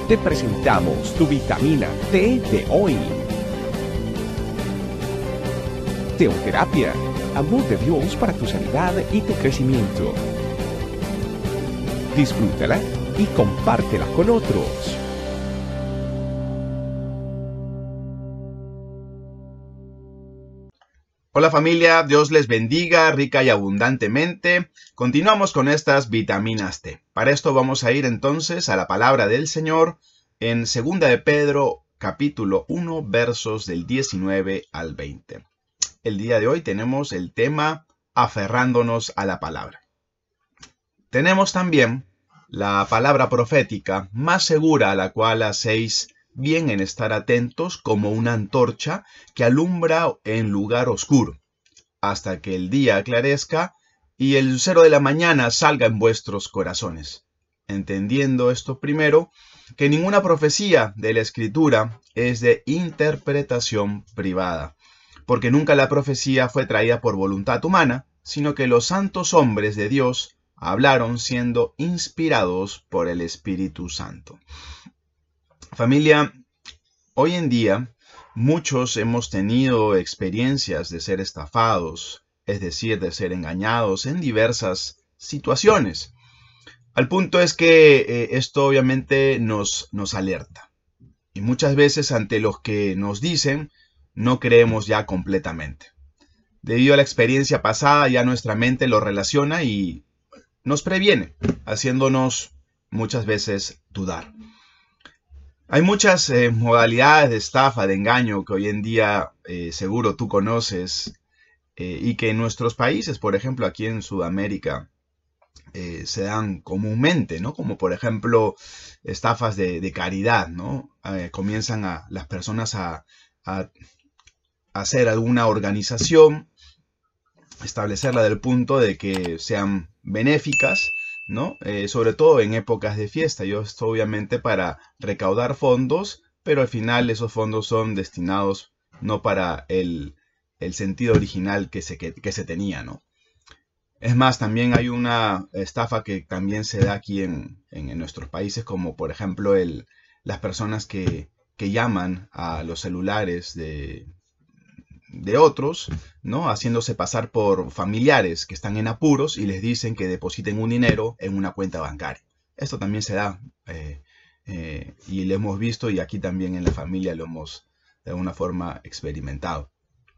te presentamos tu vitamina T de hoy. Teoterapia, amor de Dios para tu sanidad y tu crecimiento. Disfrútala y compártela con otros. Hola familia, Dios les bendiga rica y abundantemente. Continuamos con estas vitaminas T. Para esto vamos a ir entonces a la palabra del Señor en 2 de Pedro capítulo 1 versos del 19 al 20. El día de hoy tenemos el tema aferrándonos a la palabra. Tenemos también la palabra profética más segura a la cual hacéis bien en estar atentos como una antorcha que alumbra en lugar oscuro, hasta que el día aclarezca y el lucero de la mañana salga en vuestros corazones. Entendiendo esto primero, que ninguna profecía de la Escritura es de interpretación privada, porque nunca la profecía fue traída por voluntad humana, sino que los santos hombres de Dios hablaron siendo inspirados por el Espíritu Santo. Familia, hoy en día muchos hemos tenido experiencias de ser estafados, es decir, de ser engañados en diversas situaciones. Al punto es que esto obviamente nos alerta. Y muchas veces ante los que nos dicen, no creemos ya completamente. Debido a la experiencia pasada, ya nuestra mente lo relaciona y nos previene, haciéndonos muchas veces dudar. Hay muchas modalidades de estafa, de engaño que hoy en día seguro tú conoces y que en nuestros países, por ejemplo aquí en Sudamérica, se dan comúnmente, ¿no? Como por ejemplo estafas de caridad, ¿no? Comienzan las personas a hacer alguna organización, establecerla del punto de que sean benéficas, ¿no? Sobre todo en épocas de fiesta. Y esto obviamente para recaudar fondos, pero al final esos fondos son destinados no para el sentido original que se tenía, ¿no? Es más, también hay una estafa que también se da aquí en nuestros países, como por ejemplo las personas que llaman a los celulares de otros, ¿no? Haciéndose pasar por familiares que están en apuros y les dicen que depositen un dinero en una cuenta bancaria. Esto también se da y lo hemos visto y aquí también en la familia lo hemos de alguna forma experimentado.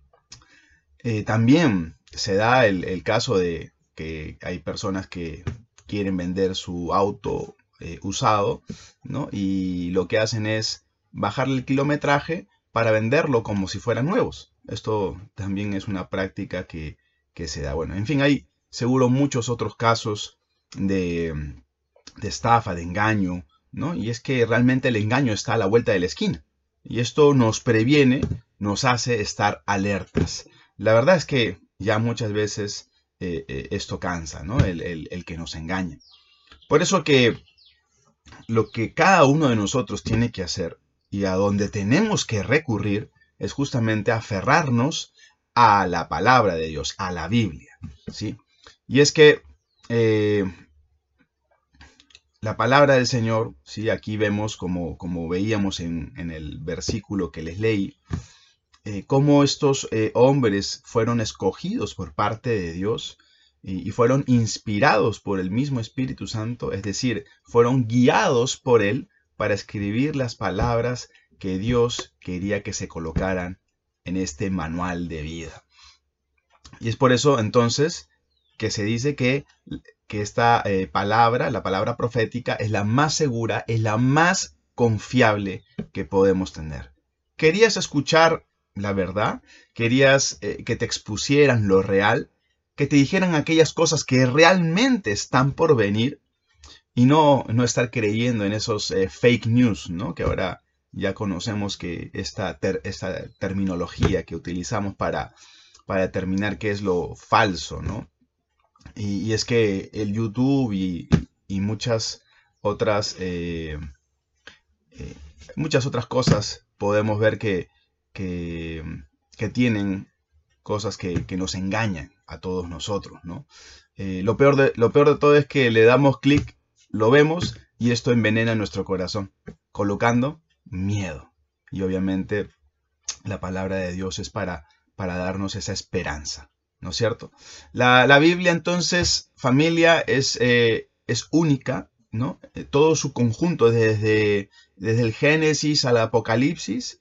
También se da el caso de que hay personas que quieren vender su auto usado, ¿no? Y lo que hacen es bajarle el kilometraje para venderlo como si fueran nuevos. Esto también es una práctica que se da. Bueno, en fin, hay seguro muchos otros casos de estafa, de engaño, ¿no? Y es que realmente el engaño está a la vuelta de la esquina. Y esto nos previene, nos hace estar alertas. La verdad es que ya muchas veces esto cansa, ¿no? El que nos engaña. Por eso que lo que cada uno de nosotros tiene que hacer y a donde tenemos que recurrir es justamente aferrarnos a la palabra de Dios, a la Biblia, ¿sí? Y es que la palabra del Señor, ¿sí? Aquí vemos como veíamos en el versículo que les leí, cómo estos hombres fueron escogidos por parte de Dios y fueron inspirados por el mismo Espíritu Santo, es decir, fueron guiados por Él para escribir las palabras que Dios quería que se colocaran en este manual de vida. Y es por eso entonces que se dice que esta palabra, la palabra profética, es la más segura, es la más confiable que podemos tener. ¿Querías escuchar la verdad? ¿Querías que te expusieran lo real? ¿Que te dijeran aquellas cosas que realmente están por venir? Y no estar creyendo en esos fake news, ¿no? Que ahora ya conocemos que esta terminología que utilizamos para determinar qué es lo falso, ¿no? Y es que el YouTube y muchas otras cosas podemos ver que tienen cosas que nos engañan a todos nosotros, ¿no? Lo peor de todo es que le damos clic, lo vemos y esto envenena nuestro corazón. colocando miedo. Y obviamente la palabra de Dios es para darnos esa esperanza, ¿no es cierto? La Biblia entonces, familia, es única, ¿no? Todo su conjunto, desde el Génesis al Apocalipsis,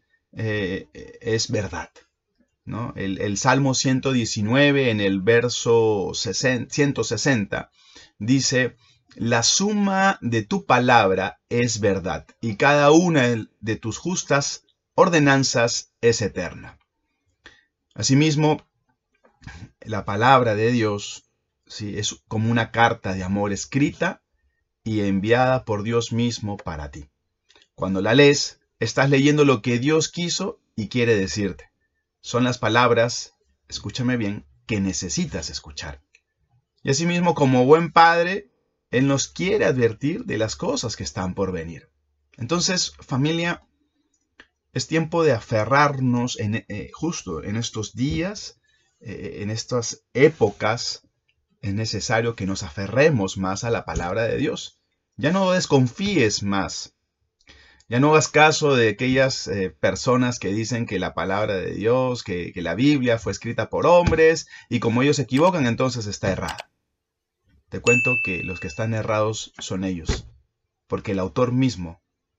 es verdad, ¿no? El Salmo 119 en el verso 160 dice: la suma de tu palabra es verdad, y cada una de tus justas ordenanzas es eterna. Asimismo, la palabra de Dios, ¿sí?, es como una carta de amor escrita y enviada por Dios mismo para ti. Cuando la lees, estás leyendo lo que Dios quiso y quiere decirte. Son las palabras, escúchame bien, que necesitas escuchar. Y asimismo, como buen padre, Él nos quiere advertir de las cosas que están por venir. Entonces, familia, es tiempo de aferrarnos justo en estos días, en estas épocas. Es necesario que nos aferremos más a la palabra de Dios. Ya no desconfíes más. Ya no hagas caso de aquellas personas que dicen que la palabra de Dios, que la Biblia fue escrita por hombres, y como ellos se equivocan, entonces está errada. Te cuento que los que están errados son ellos, porque el autor mismo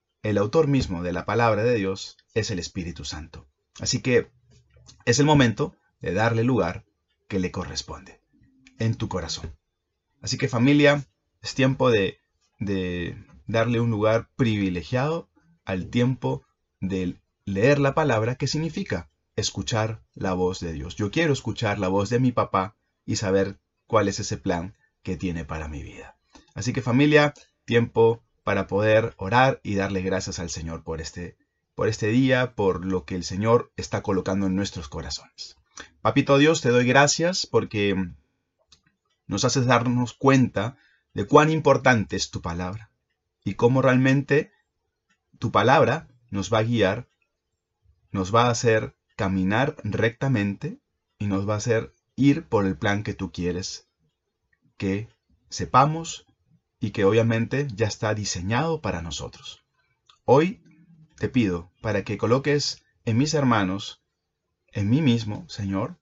de la palabra de Dios es el Espíritu Santo. Así que es el momento de darle lugar que le corresponde en tu corazón. Así que, familia, es tiempo de darle un lugar privilegiado al tiempo de leer la palabra, que significa escuchar la voz de Dios. Yo quiero escuchar la voz de mi papá y saber cuál es ese plan que tiene para mi vida. Así que, familia, tiempo para poder orar y darle gracias al Señor por este día, por lo que el Señor está colocando en nuestros corazones. Papito Dios, te doy gracias porque nos haces darnos cuenta de cuán importante es tu palabra y cómo realmente tu palabra nos va a guiar, nos va a hacer caminar rectamente y nos va a hacer ir por el plan que tú quieres que sepamos y que obviamente ya está diseñado para nosotros. Hoy te pido para que coloques en mis hermanos, en mí mismo, Señor,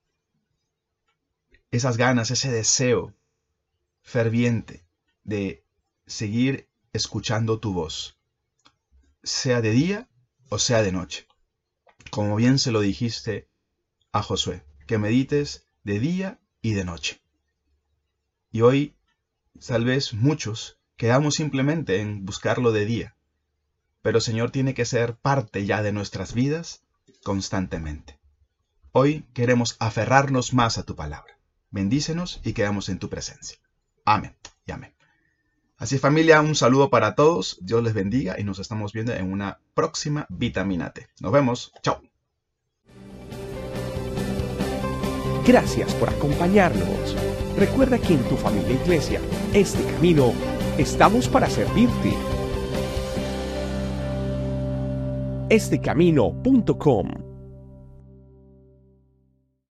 esas ganas, ese deseo ferviente de seguir escuchando tu voz, sea de día o sea de noche. Como bien se lo dijiste a Josué, que medites de día y de noche. Y hoy, tal vez muchos, quedamos simplemente en buscarlo de día. Pero, Señor, tiene que ser parte ya de nuestras vidas constantemente. Hoy queremos aferrarnos más a tu palabra. Bendícenos y quedamos en tu presencia. Amén y amén. Así, familia, un saludo para todos. Dios les bendiga y nos estamos viendo en una próxima Vitamina T. Nos vemos. Chao. Gracias por acompañarnos. Recuerda que en tu familia Iglesia, Este Camino, estamos para servirte. estecamino.com